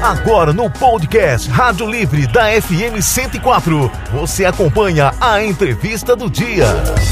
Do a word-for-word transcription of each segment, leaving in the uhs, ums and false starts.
Agora no podcast Rádio Livre da F M cento e quatro, você acompanha a entrevista do dia.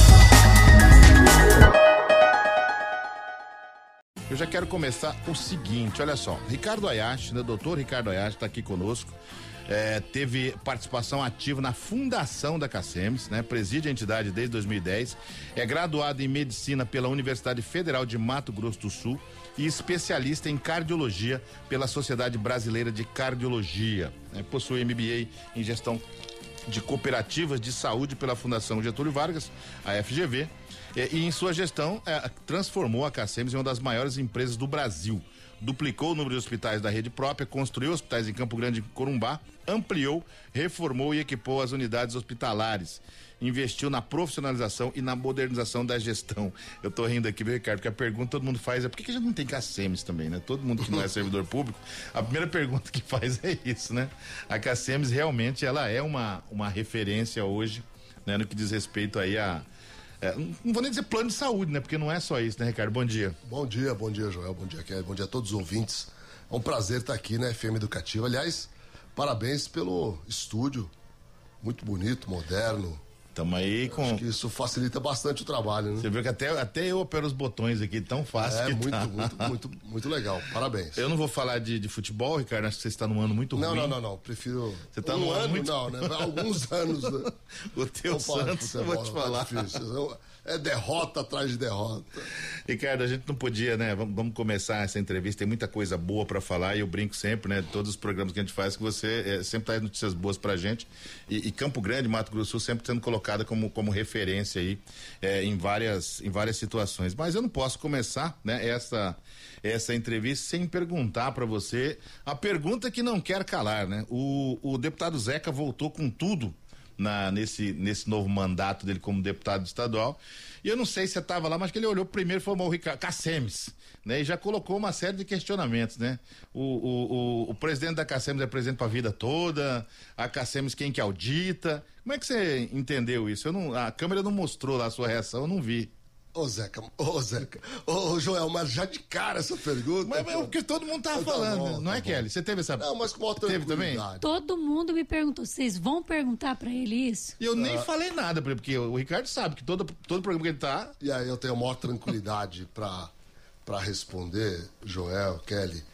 Eu já quero começar o seguinte, olha só, Ricardo Hayashi, né, doutor Ricardo Hayashi está aqui conosco, é, teve participação ativa na fundação da CACEMS, né, preside a entidade desde dois mil e dez, é graduado em medicina pela Universidade Federal de Mato Grosso do Sul e especialista em cardiologia pela Sociedade Brasileira de Cardiologia, né, possui M B A em gestão de cooperativas de saúde pela Fundação Getúlio Vargas, a F G V, e, e em sua gestão é, transformou a CACEMS em uma das maiores empresas do Brasil. Duplicou o número de hospitais da rede própria, construiu hospitais em Campo Grande e Corumbá, ampliou, reformou e equipou as unidades hospitalares. Investiu na profissionalização e na modernização da gestão. Eu tô rindo aqui, viu, Ricardo? Porque a pergunta que todo mundo faz é por que, que a gente não tem CACEMS também, né? Todo mundo que não é servidor público, a primeira pergunta que faz é isso, né? A CACEMS realmente ela é uma, uma referência hoje, né? No que diz respeito aí a... É, não vou nem dizer plano de saúde, né? Porque não é só isso, né, Ricardo? Bom dia. Bom dia, bom dia, Joel. Bom dia, Kelly. Bom dia a todos os ouvintes. É um prazer estar aqui na F M Educativa. Aliás, parabéns pelo estúdio. Muito bonito, moderno. Tamo aí com... Acho que isso facilita bastante o trabalho, né? Você viu que até, até eu opero os botões aqui, tão fácil é, que muito, tá. muito, muito, muito legal. Parabéns. Eu não vou falar de, de futebol, Ricardo, acho que você está num ano muito não, ruim. Não, não, não, prefiro... Você tá um num ano, ano muito... não, né? Alguns anos. Né? O teu Santos, eu vou te falar. Tá difícil. É derrota atrás de derrota. Ricardo, a gente não podia, né? Vamos, vamos começar essa entrevista, tem muita coisa boa pra falar e eu brinco sempre, né? Todos os programas que a gente faz, que você é, sempre traz notícias boas pra gente e, e Campo Grande, Mato Grosso do Sul, sempre sendo colocada como, como referência aí é, em, várias, em várias situações. Mas eu não posso começar, né? Essa, essa entrevista sem perguntar pra você a pergunta que não quer calar, né? O, o deputado Zeca voltou com tudo Na, nesse, nesse novo mandato dele como deputado estadual, e eu não sei se você estava lá, mas que ele olhou primeiro e falou, o Ricardo, CACEMS, né, e já colocou uma série de questionamentos, né, o, o, o, o presidente da CACEMS é presidente para a vida toda, a CACEMS quem que audita, como é que você entendeu isso? Eu não, a câmera não mostrou lá a sua reação, eu não vi. Ô Zeca, ô Zeca, ô Joel, mas já de cara essa pergunta. Mas é o que todo mundo tava tá falando, bom, não tá é, bom. Kelly? Você teve essa... Não, mas com outra teve também? Todo mundo me perguntou, vocês vão perguntar pra ele isso? E eu ah. nem falei nada pra ele, porque o Ricardo sabe que todo, todo programa que ele tá... E aí eu tenho a maior tranquilidade pra, pra responder, Joel, Kelly.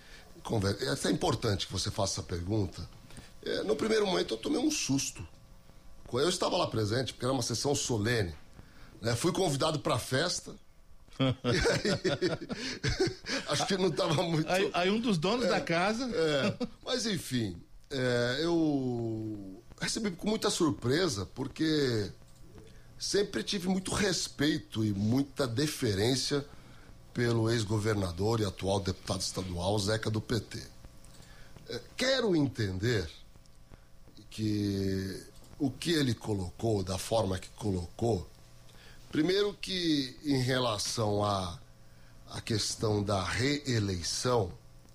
É importante que você faça essa pergunta. É, no primeiro momento eu tomei um susto. Eu estava lá presente, porque era uma sessão solene. Né, fui convidado para a festa. aí, acho que não estava muito. Aí, aí um dos donos é, da casa. É, mas enfim, é, eu recebi com muita surpresa, porque sempre tive muito respeito e muita deferência pelo ex-governador e atual deputado estadual Zeca do P T. É, quero entender que o que ele colocou, da forma que colocou. Primeiro que em relação à a, a questão da reeleição,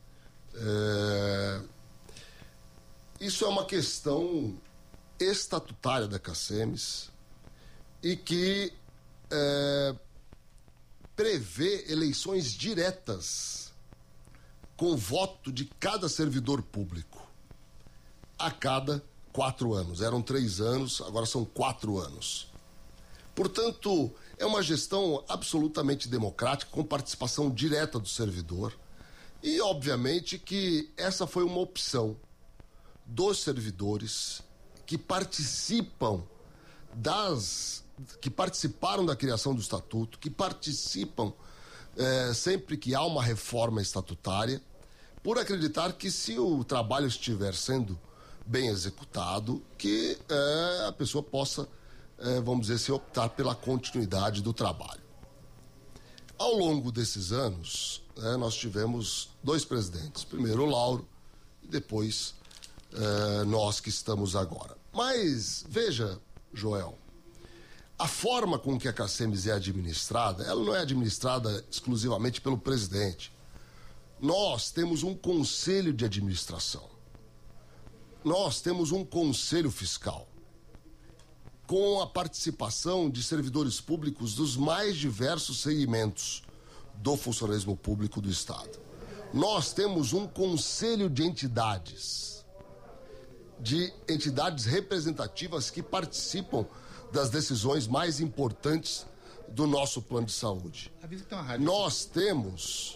é, isso é uma questão estatutária da CACEMS e que é, prevê eleições diretas com voto de cada servidor público a cada quatro anos. Eram três anos, agora são quatro anos. Portanto, é uma gestão absolutamente democrática, com participação direta do servidor. E, obviamente, que essa foi uma opção dos servidores que participam das... que participaram da criação do estatuto, que participam é, sempre que há uma reforma estatutária, por acreditar que se o trabalho estiver sendo bem executado, que é, a pessoa possa... É, vamos dizer, se optar pela continuidade do trabalho. Ao longo desses anos, é, nós tivemos dois presidentes. Primeiro o Lauro e depois é, nós que estamos agora. Mas, veja, Joel, a forma com que a CACEMS é administrada, ela não é administrada exclusivamente pelo presidente. Nós temos um conselho de administração. Nós temos um conselho fiscal, com a participação de servidores públicos dos mais diversos segmentos do funcionalismo público do Estado. nós temos um conselho de entidades, de entidades representativas que participam das decisões mais importantes do nosso plano de saúde. Nós temos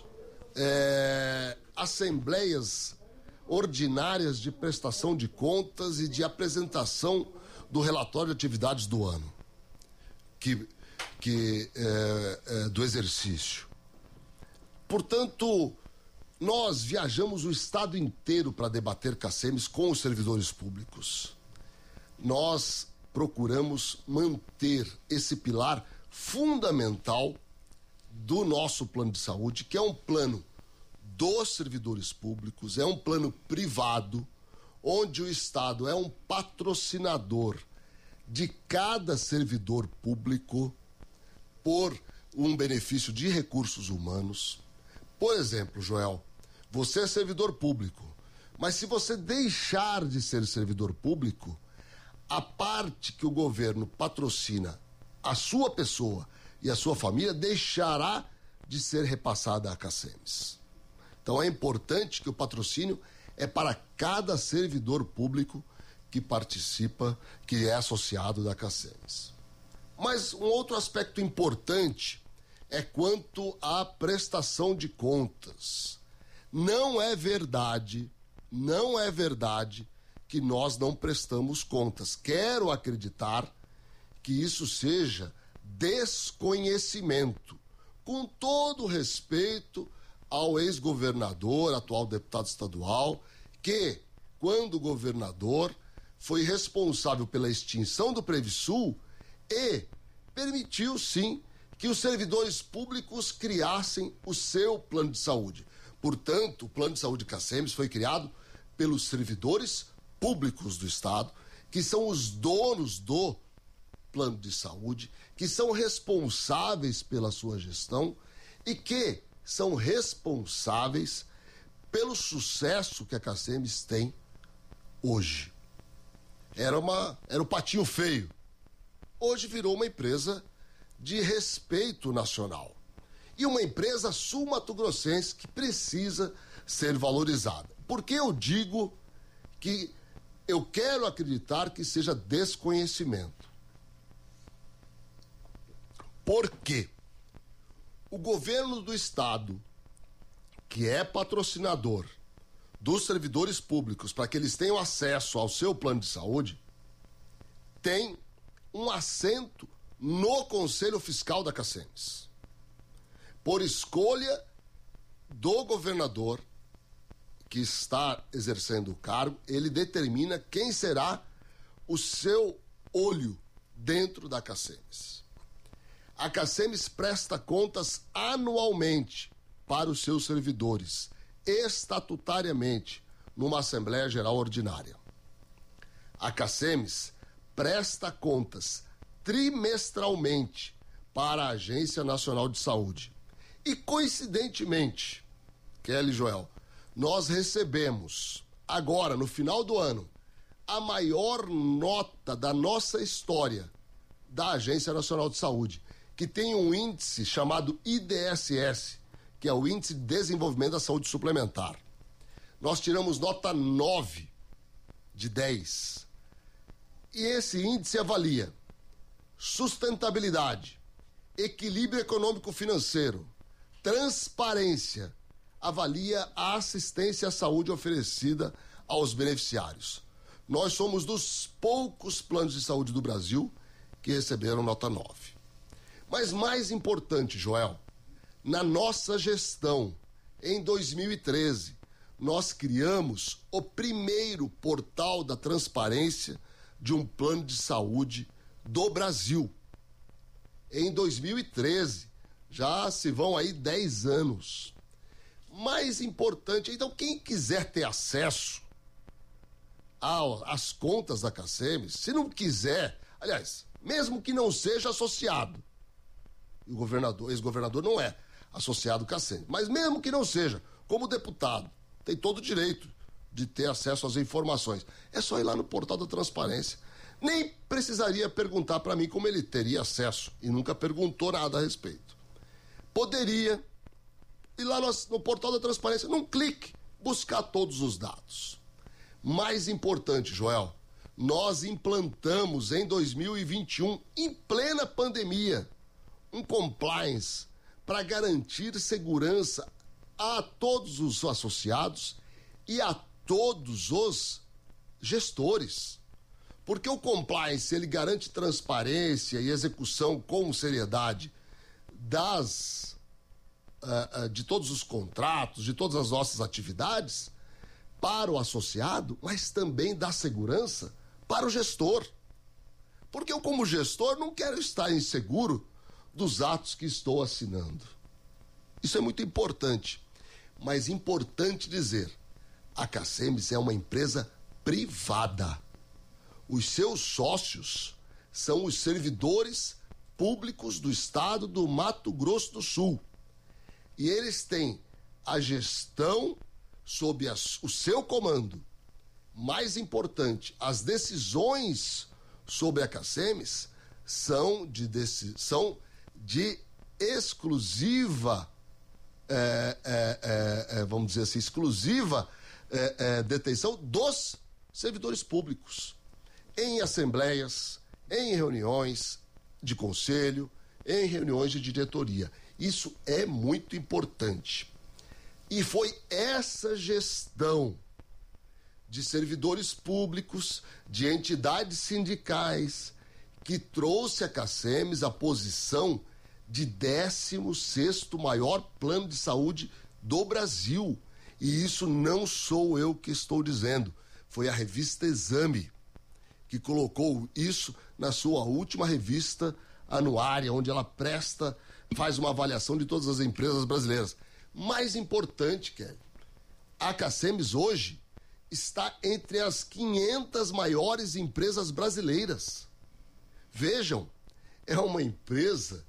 é, assembleias ordinárias de prestação de contas e de apresentação do relatório de atividades do ano, que, que é, é, do exercício. Portanto, nós viajamos o estado inteiro para debater CACEMES com os servidores públicos. Nós procuramos manter esse pilar fundamental do nosso plano de saúde, que é um plano dos servidores públicos, é um plano privado, onde o Estado é um patrocinador de cada servidor público por um benefício de recursos humanos. Por exemplo, Joel, você é servidor público, mas se você deixar de ser servidor público, a parte que o governo patrocina a sua pessoa e a sua família deixará de ser repassada a CACEMES. Então é importante que o patrocínio é para cada servidor público que participa, que é associado da CACEMES. Mas um outro aspecto importante é quanto à prestação de contas. Não é verdade, não é verdade que nós não prestamos contas. Quero acreditar que isso seja desconhecimento, com todo respeito ao ex-governador, atual deputado estadual, que, quando governador, foi responsável pela extinção do Previsul e permitiu, sim, que os servidores públicos criassem o seu plano de saúde. Portanto, o plano de saúde CACEMES foi criado pelos servidores públicos do Estado, que são os donos do plano de saúde, que são responsáveis pela sua gestão e que são responsáveis pelo sucesso que a CACEMES tem hoje. Era, uma, era um patinho feio. Hoje virou uma empresa de respeito nacional. E uma empresa sul-mato-grossense que precisa ser valorizada. Por que eu digo que eu quero acreditar que seja desconhecimento? Porque o governo do Estado, que é patrocinador dos servidores públicos para que eles tenham acesso ao seu plano de saúde, tem um assento no Conselho Fiscal da CACEMES. Por escolha do governador que está exercendo o cargo, ele determina quem será o seu olho dentro da CACEMES. A CACEMES presta contas anualmente para os seus servidores, estatutariamente, numa Assembleia Geral Ordinária. A CACEMES presta contas trimestralmente para a Agência Nacional de Saúde. E, coincidentemente, Kelly e Joel, nós recebemos, agora, no final do ano, a maior nota da nossa história da Agência Nacional de Saúde, que tem um índice chamado I D S S, que é o Índice de Desenvolvimento da Saúde Suplementar. Nós tiramos nota nove de dez. E esse índice avalia sustentabilidade, equilíbrio econômico-financeiro, transparência, avalia a assistência à saúde oferecida aos beneficiários. Nós somos dos poucos planos de saúde do Brasil que receberam nota nove. Mas mais importante, Joel, na nossa gestão, em dois mil e treze, nós criamos o primeiro portal da transparência de um plano de saúde do Brasil. Em dois mil e treze, já se vão aí dez anos. Mais importante, então, quem quiser ter acesso às contas da CACEMES, se não quiser, aliás, mesmo que não seja associado, e o governador, ex-governador não é associado à CACEMES, mas mesmo que não seja, como deputado, tem todo o direito de ter acesso às informações. É só ir lá no portal da transparência. Nem precisaria perguntar para mim como ele teria acesso, e nunca perguntou nada a respeito. Poderia, ir lá no, no portal da transparência, num clique, buscar todos os dados. Mais importante, Joel, nós implantamos em dois mil e vinte e um, em plena pandemia, um compliance para garantir segurança a todos os associados e a todos os gestores. Porque o compliance, ele garante transparência e execução com seriedade das, uh, uh, de todos os contratos, de todas as nossas atividades para o associado, mas também dá segurança para o gestor. Porque eu, como gestor, não quero estar inseguro dos atos que estou assinando. Isso é muito importante. Mas importante dizer, a Cacemes é uma empresa privada. Os seus sócios são os servidores públicos do estado do Mato Grosso do Sul. E eles têm a gestão sob as, o seu comando. Mais importante, as decisões sobre a Cacemes são de, deci, são de exclusiva, é, é, é, é, vamos dizer assim, exclusiva é, é, detenção dos servidores públicos. Em assembleias, em reuniões de conselho, em reuniões de diretoria. Isso é muito importante. E foi essa gestão de servidores públicos, de entidades sindicais, que trouxe a Cacemes a posição de décimo sexto maior plano de saúde do Brasil. E isso não sou eu que estou dizendo, foi a revista Exame que colocou isso na sua última revista anuária, onde ela presta, faz uma avaliação de todas as empresas brasileiras. Mais importante, Kelly, a Cacemes hoje está entre as quinhentas maiores empresas brasileiras. Vejam, é uma empresa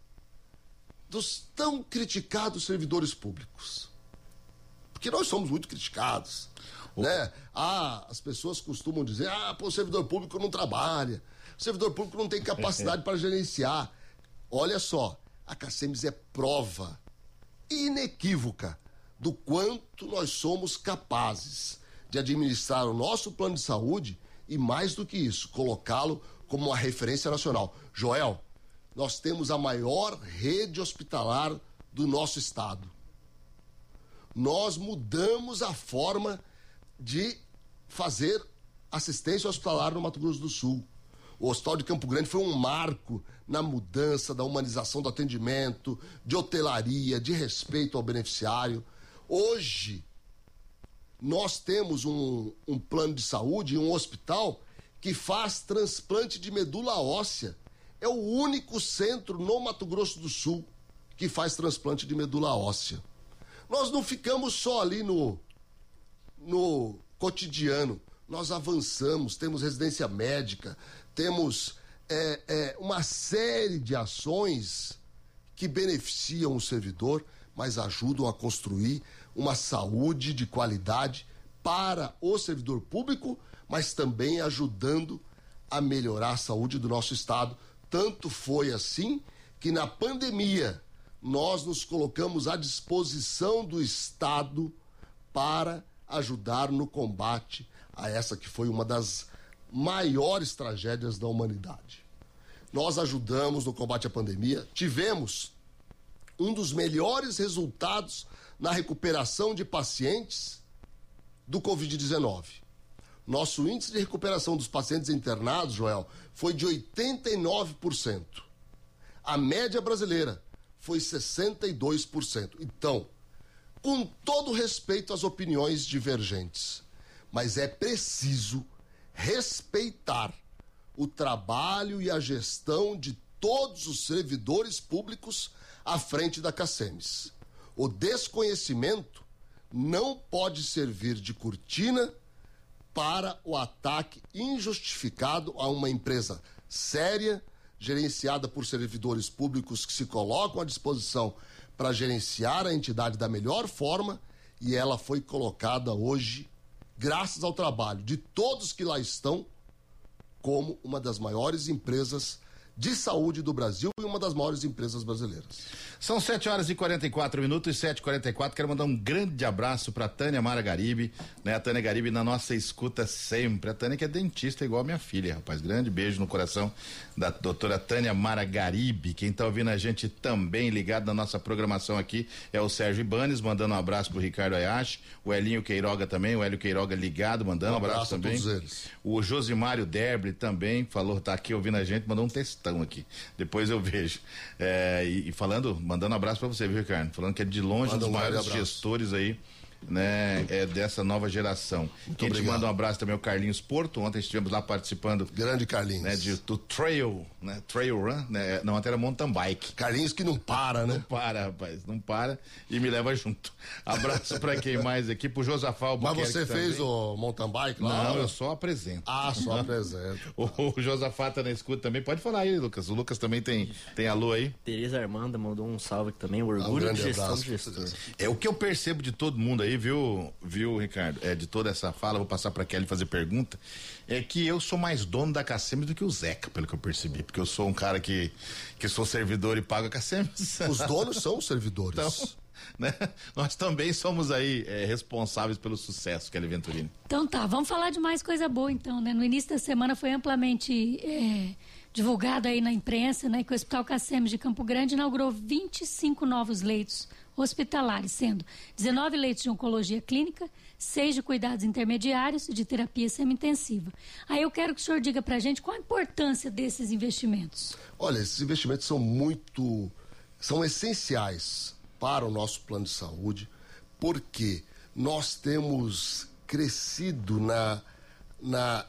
dos tão criticados servidores públicos. Porque nós somos muito criticados. Né? Ah, as pessoas costumam dizer, ah, pô, o servidor público não trabalha, o servidor público não tem capacidade para gerenciar. Olha só, a Cacemes é prova inequívoca do quanto nós somos capazes de administrar o nosso plano de saúde e, mais do que isso, colocá-lo como uma referência nacional. Joel, nós temos a maior rede hospitalar do nosso estado. Nós mudamos a forma de fazer assistência hospitalar no Mato Grosso do Sul. O Hospital de Campo Grande foi um marco na mudança da humanização do atendimento, de hotelaria, de respeito ao beneficiário. Hoje, nós temos um, um plano de saúde e um hospital que faz transplante de medula óssea. É o único centro no Mato Grosso do Sul que faz transplante de medula óssea. Nós não ficamos só ali no, no cotidiano, nós avançamos, temos residência médica, temos é, é, uma série de ações que beneficiam o servidor, mas ajudam a construir uma saúde de qualidade para o servidor público, mas também ajudando a melhorar a saúde do nosso estado. Tanto foi assim que na pandemia nós nos colocamos à disposição do estado para ajudar no combate a essa que foi uma das maiores tragédias da humanidade. Nós ajudamos no combate à pandemia, tivemos um dos melhores resultados na recuperação de pacientes do covid dezenove. Nosso índice de recuperação dos pacientes internados, Joel, foi de oitenta e nove por cento. A média brasileira foi sessenta e dois por cento. Então, com todo respeito às opiniões divergentes, mas é preciso respeitar o trabalho e a gestão de todos os servidores públicos à frente da Cacemes. O desconhecimento não pode servir de cortina para o ataque injustificado a uma empresa séria, gerenciada por servidores públicos que se colocam à disposição para gerenciar a entidade da melhor forma, e ela foi colocada hoje, graças ao trabalho de todos que lá estão, como uma das maiores empresas de saúde do Brasil e uma das maiores empresas brasileiras. São sete horas e quarenta e quatro minutos, sete e quarenta e quatro. Quero mandar um grande abraço pra Tânia Mara Garibe, né? A Tânia Garibe na nossa escuta sempre. A Tânia que é dentista igual a minha filha, rapaz. Grande beijo no coração da doutora Tânia Mara Garibe. Quem tá ouvindo a gente também ligado na nossa programação aqui é o Sérgio Ibanes, mandando um abraço pro Ricardo Ayashi, o Elinho Queiroga também, o Hélio Queiroga ligado, mandando um abraço, um abraço também. A todos eles. O Josimário Derble também falou, tá aqui ouvindo a gente, mandou um textão aqui. Depois eu vejo. É, e, e falando, mandando um abraço pra você, viu, Ricardo? Falando que é de longe um dos maiores gestores aí, né, é dessa nova geração. Muito Quem obrigado. Te manda um abraço também é o Carlinhos Porto. Ontem estivemos lá participando. Grande Carlinhos. Né, de, do trail, né, trail run, né, não, até era mountain bike. Carlinhos que não para, né? Não para, rapaz, não para e me leva junto. Abraço pra quem mais aqui, pro Josafá Albuquerque. Mas você fez também. O mountain bike lá? Não, eu só apresento. Ah, só apresento. o, o Josafá tá na escuta também, pode falar aí, Lucas. O Lucas também tem, tem alô aí. Tereza Armanda mandou um salve aqui também, o orgulho um de gestão abraço, de gestor. É o que eu percebo de todo mundo aí, viu, viu, Ricardo? É, de toda essa fala, vou passar pra Kelly fazer pergunta, é que eu sou mais dono da Cacemes do que o Zeca, pelo que eu percebi, porque eu sou um cara que, que sou servidor e pago a Cacemes. Os donos são os servidores. Então, né? Nós também somos aí é, responsáveis pelo sucesso, Kelly Venturini. Então tá, vamos falar de mais coisa boa então, né? No início da semana foi amplamente é, divulgado aí na imprensa, né? Que o Hospital Cacemes de Campo Grande inaugurou vinte e cinco novos leitos hospitalares, sendo dezenove leitos de oncologia clínica, seis de cuidados intermediários e de terapia semi-intensiva. Aí eu quero que o senhor diga pra gente qual a importância desses investimentos. Olha, esses investimentos são muito, são essenciais para o nosso plano de saúde, porque nós temos crescido na, na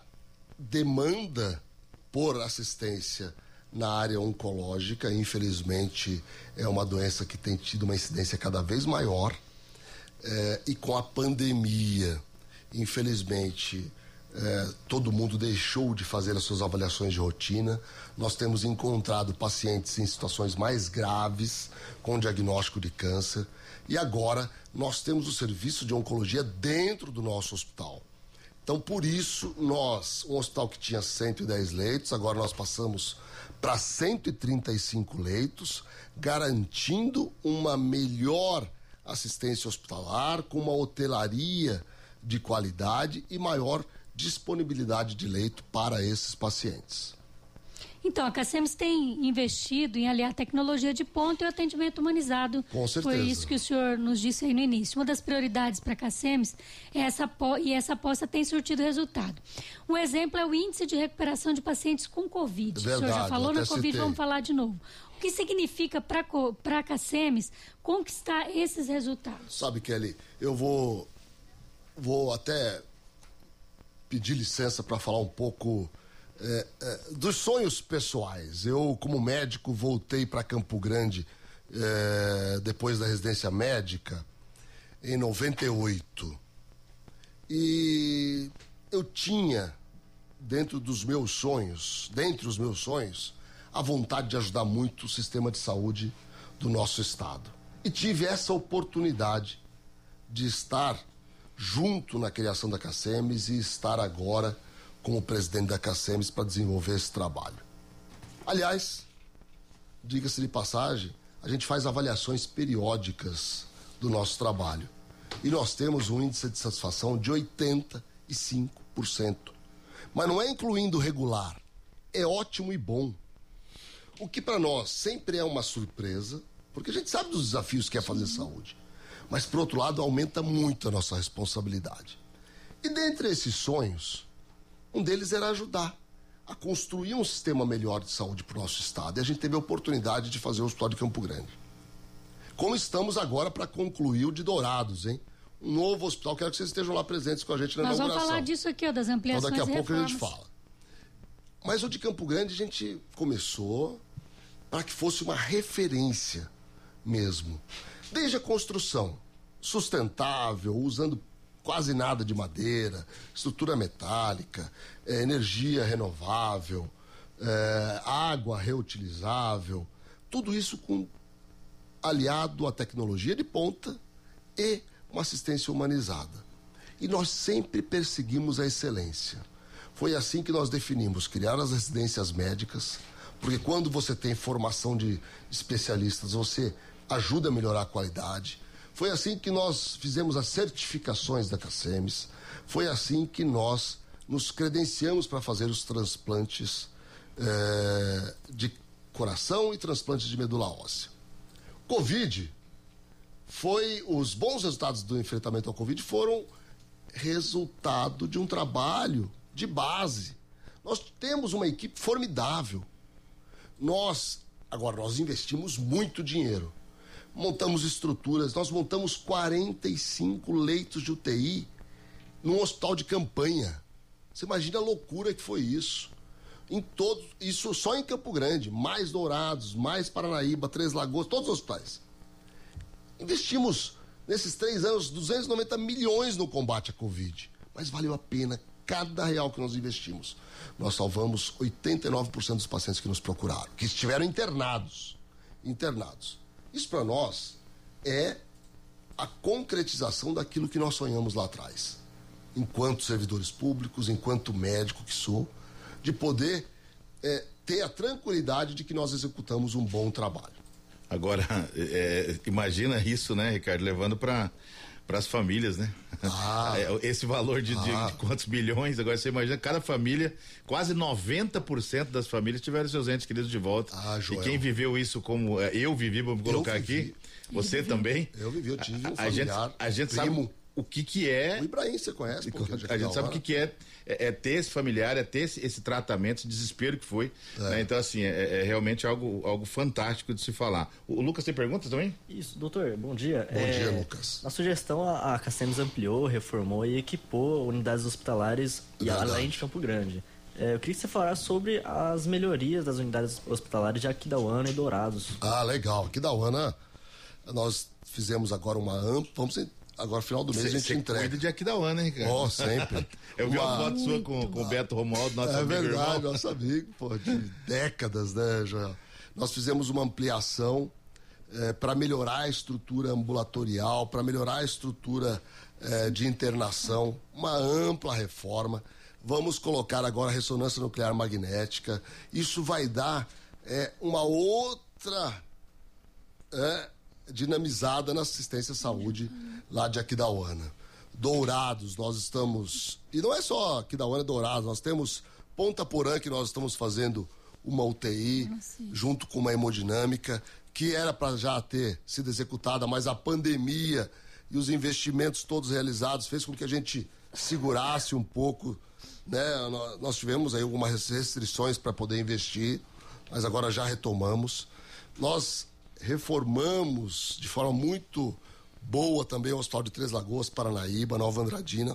demanda por assistência na área oncológica. Infelizmente é uma doença que tem tido uma incidência cada vez maior, é, e com a pandemia, infelizmente, é, todo mundo deixou de fazer as suas avaliações de rotina. Nós temos encontrado pacientes em situações mais graves com diagnóstico de câncer, e agora nós temos o serviço de oncologia dentro do nosso hospital. Então, por isso, nós, um hospital que tinha cento e dez leitos, agora nós passamos para cento e trinta e cinco leitos, garantindo uma melhor assistência hospitalar, com uma hotelaria de qualidade e maior disponibilidade de leito para esses pacientes. Então, a Cacemes tem investido em aliar tecnologia de ponta e o atendimento humanizado. Com certeza. Foi isso que o senhor nos disse aí no início. Uma das prioridades para a Cacemes é essa, e essa aposta tem surtido resultado. Um exemplo é o índice de recuperação de pacientes com Covid. Verdade, o senhor já falou na Covid, citei. Vamos falar de novo. O que significa para a Cacemes conquistar esses resultados? Sabe, Kelly, eu vou, vou até pedir licença para falar um pouco É, é, dos sonhos pessoais. Eu, como médico, voltei para Campo Grande é, depois da residência médica em noventa e oito, e eu tinha dentro dos meus sonhos, dentre os meus sonhos, a vontade de ajudar muito o sistema de saúde do nosso estado, e tive essa oportunidade de estar junto na criação da Cacemes e estar agora como presidente da Cacemes para desenvolver esse trabalho. Aliás, diga-se de passagem, a gente faz avaliações periódicas do nosso trabalho e nós temos um índice de satisfação de oitenta e cinco por cento. Mas não é incluindo regular, é ótimo e bom. O que para nós sempre é uma surpresa, porque a gente sabe dos desafios que é fazer saúde, mas por outro lado aumenta muito a nossa responsabilidade. E dentre esses sonhos, um deles era ajudar a construir um sistema melhor de saúde para o nosso estado. E a gente teve a oportunidade de fazer o Hospital de Campo Grande. Como estamos agora para concluir o de Dourados, hein? Um novo hospital, quero que vocês estejam lá presentes com a gente na Nós inauguração. Nós vamos falar disso aqui, ó, das ampliações. Então daqui a pouco reformas. a gente fala. Mas o de Campo Grande a gente começou para que fosse uma referência mesmo. Desde a construção sustentável, usando quase nada de madeira, estrutura metálica, é, energia renovável, é, água reutilizável, tudo isso com, aliado à tecnologia de ponta e uma assistência humanizada. E nós sempre perseguimos a excelência. Foi assim que nós definimos criar as residências médicas Porque quando você tem formação de especialistas, você ajuda a melhorar a qualidade. Foi assim que nós fizemos as certificações da CACEMES, foi assim que nós nos credenciamos para fazer os transplantes eh, de coração e transplantes de medula óssea. Covid foi, os bons resultados do enfrentamento ao Covid foram resultado de um trabalho de base. Nós temos uma equipe formidável. Nós, agora, nós investimos muito dinheiro. Montamos estruturas, nós montamos quarenta e cinco leitos de U T I num hospital de campanha. Você imagina a loucura que foi isso. Em todos, isso só em Campo Grande, mais Dourados, mais Paranaíba, Três Lagoas, todos os hospitais. Investimos, nesses três anos, duzentos e noventa milhões no combate à Covid. Mas valeu a pena cada real que nós investimos. Nós salvamos oitenta e nove por cento dos pacientes que nos procuraram, que estiveram internados. Internados. Isso para nós é a concretização daquilo que nós sonhamos lá atrás. Enquanto servidores públicos, enquanto médico que sou, de poder é, ter a tranquilidade de que nós executamos um bom trabalho. Agora, é, imagina isso, né, Ricardo, levando para para as famílias, né? Ah, Esse valor de, ah. de, de quantos bilhões, agora você imagina, cada família, quase noventa por cento das famílias tiveram seus entes queridos de volta. Ah, Joel. E quem viveu isso como eu vivi, vamos colocar vivi. aqui, você também? Eu vivi, eu tive um a, a gente, familiar, a gente primo. sabe o que que é. O Ibrahim, você conhece? Pô, A gente sabe o que que é, é, é ter esse familiar, é ter esse, esse tratamento, esse desespero que foi. É. Né? Então, assim, é, é realmente algo, algo fantástico de se falar. O, o Lucas tem perguntas também? Isso, doutor, bom dia. Bom É, dia, Lucas. Na sugestão, a, a CACEMES ampliou, reformou e equipou unidades hospitalares e Verdade. além de Campo Grande. É, eu queria que você falasse sobre as melhorias das unidades hospitalares de Aquidauana e Dourados. Ah, legal. Aqui da UANA, nós fizemos agora uma ampla. Vamos agora, final do mês, a gente Você entrega. cuida de Aquidauana, hein, cara? Oh, sempre. Eu vi uma Uma- foto sua com, com o Beto Romualdo, nosso É amigo verdade, irmão. nosso amigo, pô, de décadas, né, Joel? Nós fizemos uma ampliação eh, para melhorar a estrutura ambulatorial, para melhorar a estrutura eh, de internação, uma ampla reforma. Vamos colocar agora a ressonância nuclear magnética. Isso vai dar eh, uma outra eh, dinamizada na assistência à saúde lá de Aquidauana. Dourados, nós estamos... E não é só Aquidauana e Dourados, nós temos Ponta Porã, que nós estamos fazendo uma U T I, Nossa. junto com uma hemodinâmica, que era para já ter sido executada, mas a pandemia e os investimentos todos realizados fez com que a gente segurasse um pouco, né? Nós tivemos aí algumas restrições para poder investir, mas agora já retomamos. Nós reformamos de forma muito boa também o Hospital de Três Lagoas, Paranaíba, Nova Andradina.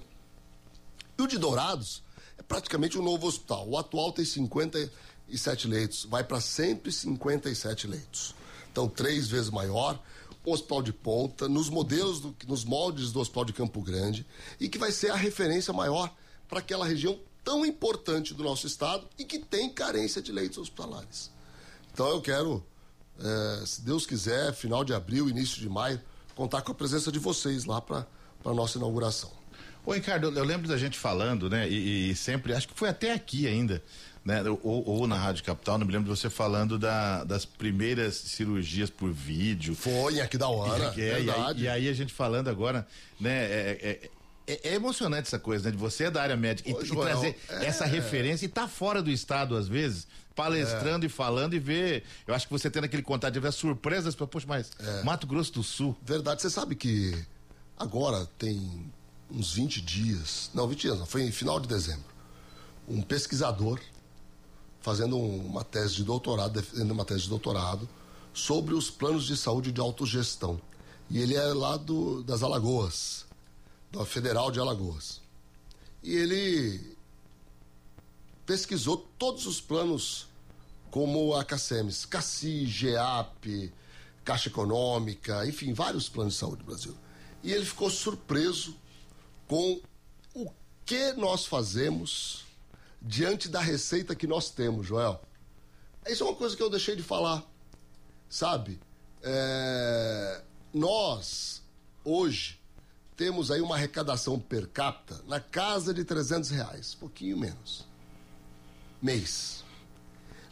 E o de Dourados é praticamente um novo hospital. O atual tem cinquenta e sete leitos, vai para cento e cinquenta e sete leitos. Então, três vezes maior, um hospital de ponta, nos modelos, do, nos moldes do Hospital de Campo Grande, e que vai ser a referência maior para aquela região tão importante do nosso estado e que tem carência de leitos hospitalares. Então, eu quero, é, se Deus quiser, final de abril, início de maio, contar com a presença de vocês lá para a nossa inauguração. Ô, Ricardo, eu lembro da gente falando, né, e, e sempre, acho que foi até aqui ainda, né, ou, ou na Rádio Capital, não me lembro de você falando da, das primeiras cirurgias por vídeo. Foi aqui da hora, e, é, verdade. E aí, e aí a gente falando agora, né, é, é, é, é emocionante essa coisa, né, de você é da área médica Ô, e, Joel, e trazer é... essa referência e tá fora do estado às vezes, palestrando é. e falando e ver, eu acho que você tendo aquele contato de ver as surpresas, poxa, mas é. Mato Grosso do Sul. Verdade, você sabe que agora tem uns vinte dias, não, vinte dias não, foi em final de dezembro, um pesquisador fazendo uma tese de doutorado, defendendo uma tese de doutorado sobre os planos de saúde de autogestão. E ele é lá do, das Alagoas, da Federal de Alagoas. E ele pesquisou todos os planos como a CACEMES, CACI, GEAP, Caixa Econômica, enfim, vários planos de saúde do Brasil. E ele ficou surpreso com o que nós fazemos diante da receita que nós temos, Joel. Isso é uma coisa que eu deixei de falar, sabe? É... Nós, hoje, temos aí uma arrecadação per capita na casa de trezentos reais, pouquinho menos, mês.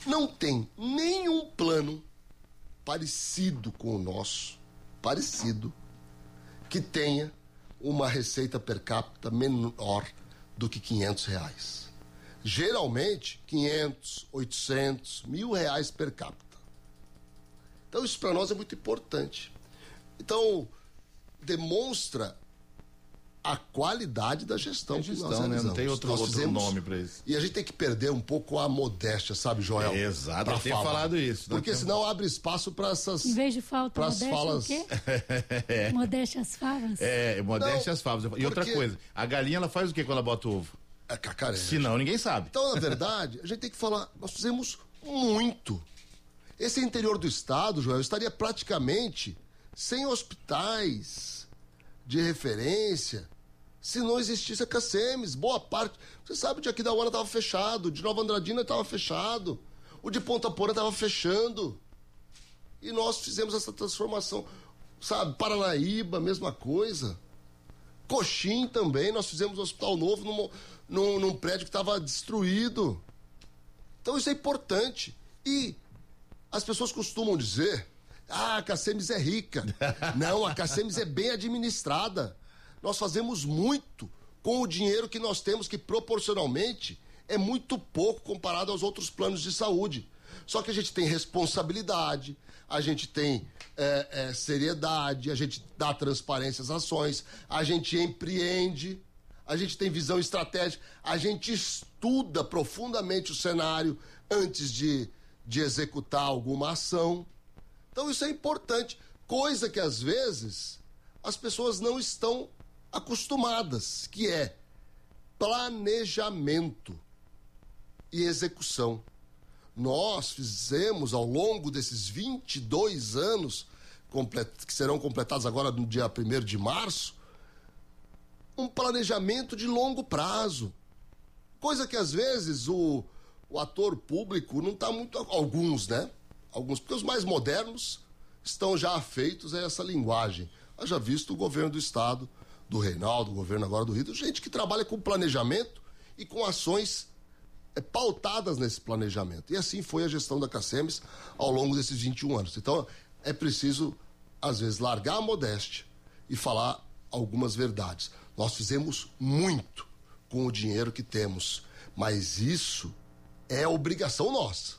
não tem nenhum plano parecido com o nosso, parecido, que tenha uma receita per capita menor do que quinhentos reais. Geralmente, quinhentos, oitocentos, mil reais per capita. Então, isso para nós é muito importante. Então, demonstra a qualidade da gestão. É gestão, né? Não tem outro, outro fizemos, nome para isso. E a gente tem que perder um pouco a modéstia, sabe, Joel? É, exato, eu tenho falado isso. Porque senão abre espaço para essas... Em vez de falta, modéstia, falas... o quê? é. Modéstia às favas? É, modéstia às favas. E porque... outra coisa, a galinha, ela faz o que quando ela bota o ovo? É cacareja. Senão, ninguém sabe. Então, na verdade, a gente tem que falar, nós fizemos muito. Esse interior do estado, Joel, estaria praticamente sem hospitais de referência se não existisse a Cacemes. Boa parte. Você sabe, o de Aquidauana estava fechado, o de Nova Andradina estava fechado, o de Ponta Porã estava fechando. E nós fizemos essa transformação. Sabe, Paranaíba, mesma coisa. Coxim também, nós fizemos um hospital novo num, num, num prédio que estava destruído. Então isso é importante. E as pessoas costumam dizer, ah, a Cacemes é rica. Não, a Cacemes é bem administrada. Nós fazemos muito com o dinheiro que nós temos, que proporcionalmente é muito pouco comparado aos outros planos de saúde. Só que a gente tem responsabilidade, a gente tem é, é, seriedade, a gente dá transparência às ações, a gente empreende, a gente tem visão estratégica, a gente estuda profundamente o cenário antes de, de executar alguma ação. Então isso é importante, coisa que às vezes as pessoas não estão acostumadas, que é planejamento e execução. Nós fizemos ao longo desses vinte e dois anos, que serão completados agora no dia primeiro de março, um planejamento de longo prazo. Coisa que às vezes o, o ator público não está muito... Alguns, né? Alguns, porque os mais modernos estão já afeitos a essa linguagem. Haja visto o governo do estado, do Reinaldo, o governo agora do Rio, gente que trabalha com planejamento e com ações é, pautadas nesse planejamento. E assim foi a gestão da Cacemes ao longo desses vinte e um anos. Então é preciso, às vezes, largar a modéstia e falar algumas verdades. Nós fizemos muito com o dinheiro que temos, mas isso é obrigação nossa.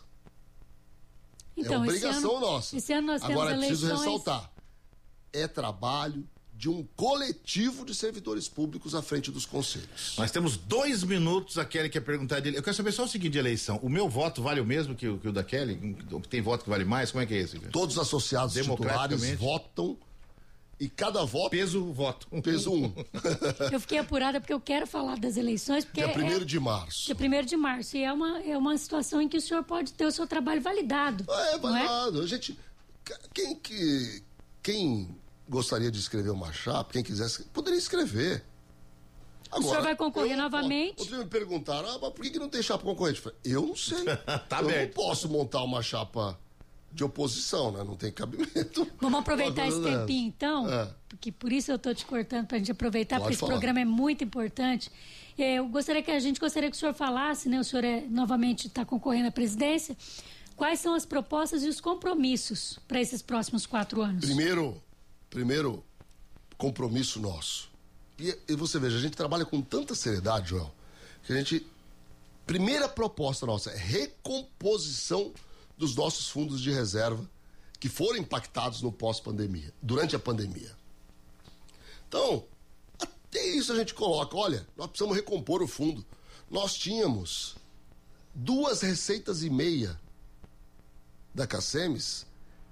Então, é obrigação esse ano, nossa. Esse ano nós temos Agora é preciso eleições... ressaltar, é trabalho de um coletivo de servidores públicos à frente dos conselhos. Nós temos dois minutos, a Kelly quer perguntar dele. Eu quero saber só o seguinte de eleição, o meu voto vale o mesmo que o, que o da Kelly? Tem voto que vale mais? Como é que é isso? Todos os associados titulares votam e cada voto... Peso, voto. Peso um. Eu fiquei apurada porque eu quero falar das eleições, porque... Dia primeiro é, de março. Dia primeiro de março, e é uma, é uma situação em que o senhor pode ter o seu trabalho validado. É, validado. É? A gente... Quem que... Quem... gostaria de escrever uma chapa, quem quisesse, poderia escrever. Agora, o senhor vai concorrer eu, novamente? Outro dia me perguntaram, ah, mas por que, que não tem chapa concorrente? Eu, falei, eu não sei. Tá eu aberto. não posso montar uma chapa de oposição, né? Não tem cabimento. Vamos aproveitar esse tempinho, então, é. porque por isso eu estou te cortando, para a gente aproveitar, Pode porque falar. Esse programa é muito importante. Eu gostaria que a gente gostaria que o senhor falasse, né? O senhor é, novamente está concorrendo à presidência. Quais são as propostas e os compromissos para esses próximos quatro anos? Primeiro, primeiro compromisso nosso. E, e você veja, a gente trabalha com tanta seriedade, Joel, que a gente... Primeira proposta nossa é recomposição dos nossos fundos de reserva que foram impactados no pós-pandemia, durante a pandemia. Então, até isso a gente coloca, olha, nós precisamos recompor o fundo. Nós tínhamos duas receitas e meia da Cacemes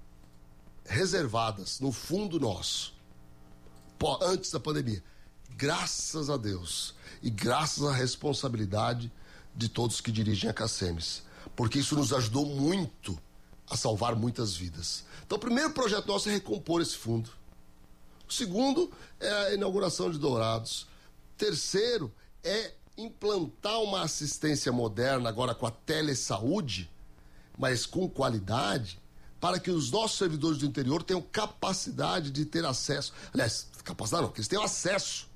reservadas no fundo nosso, antes da pandemia. Graças a Deus e graças à responsabilidade de todos que dirigem a Cacemes, porque isso nos ajudou muito a salvar muitas vidas. Então, o primeiro projeto nosso é recompor esse fundo. O segundo é a inauguração de Dourados. O terceiro é implantar uma assistência moderna, agora com a telesaúde, mas com qualidade, para que os nossos servidores do interior tenham capacidade de ter acesso. Aliás, capacidade não, que eles tenham acesso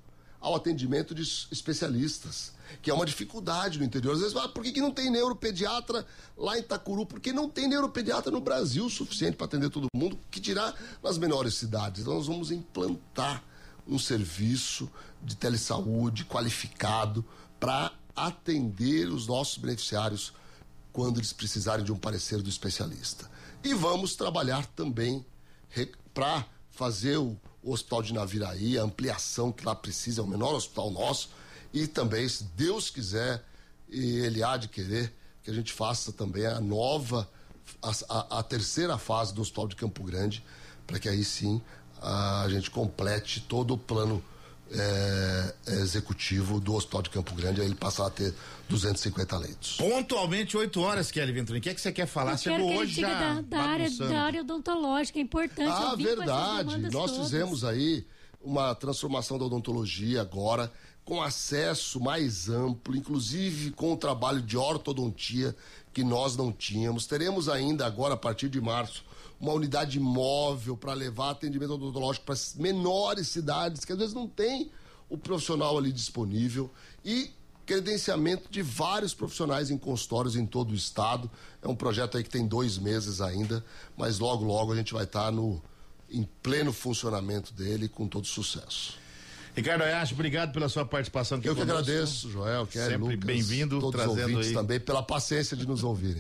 ao atendimento de especialistas, que é uma dificuldade no interior. Às vezes, ah, por que, que não tem neuropediatra lá em Itacuru? Porque não tem neuropediatra no Brasil o suficiente para atender todo mundo, que dirá nas menores cidades. Então, nós vamos implantar um serviço de telesaúde qualificado para atender os nossos beneficiários quando eles precisarem de um parecer do especialista. E vamos trabalhar também para fazer o o Hospital de Naviraí, a ampliação que lá precisa, é o menor hospital nosso, e também, se Deus quiser, e Ele há de querer, que a gente faça também a nova, a, a, a terceira fase do Hospital de Campo Grande, para que aí sim a gente complete todo o plano é, executivo do Hospital de Campo Grande, aí ele passar a ter duzentos e cinquenta leitos. Pontualmente oito horas, Kelly Venturini. O que é que você quer falar? Eu você quero que hoje já da, da, área, da área odontológica, é importante. Ah, verdade. Nós todas. fizemos aí uma transformação da odontologia agora, com acesso mais amplo, inclusive com o trabalho de ortodontia que nós não tínhamos. Teremos ainda agora, a partir de março, uma unidade móvel para levar atendimento odontológico para as menores cidades, que às vezes não tem o profissional ali disponível, e credenciamento de vários profissionais em consultórios em todo o estado. É um projeto aí que tem dois meses ainda, mas logo, logo a gente vai estar no, em pleno funcionamento dele, com todo sucesso. Ricardo Hayashi, obrigado pela sua participação aqui Eu que conosco. agradeço, Joel, Kelly, sempre Lucas, bem-vindo, todos os trazendo ouvintes aí também, pela paciência de nos ouvirem.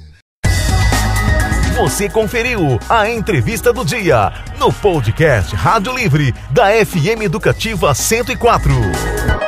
Você conferiu a entrevista do dia no podcast Rádio Livre da F M Educativa cento e quatro.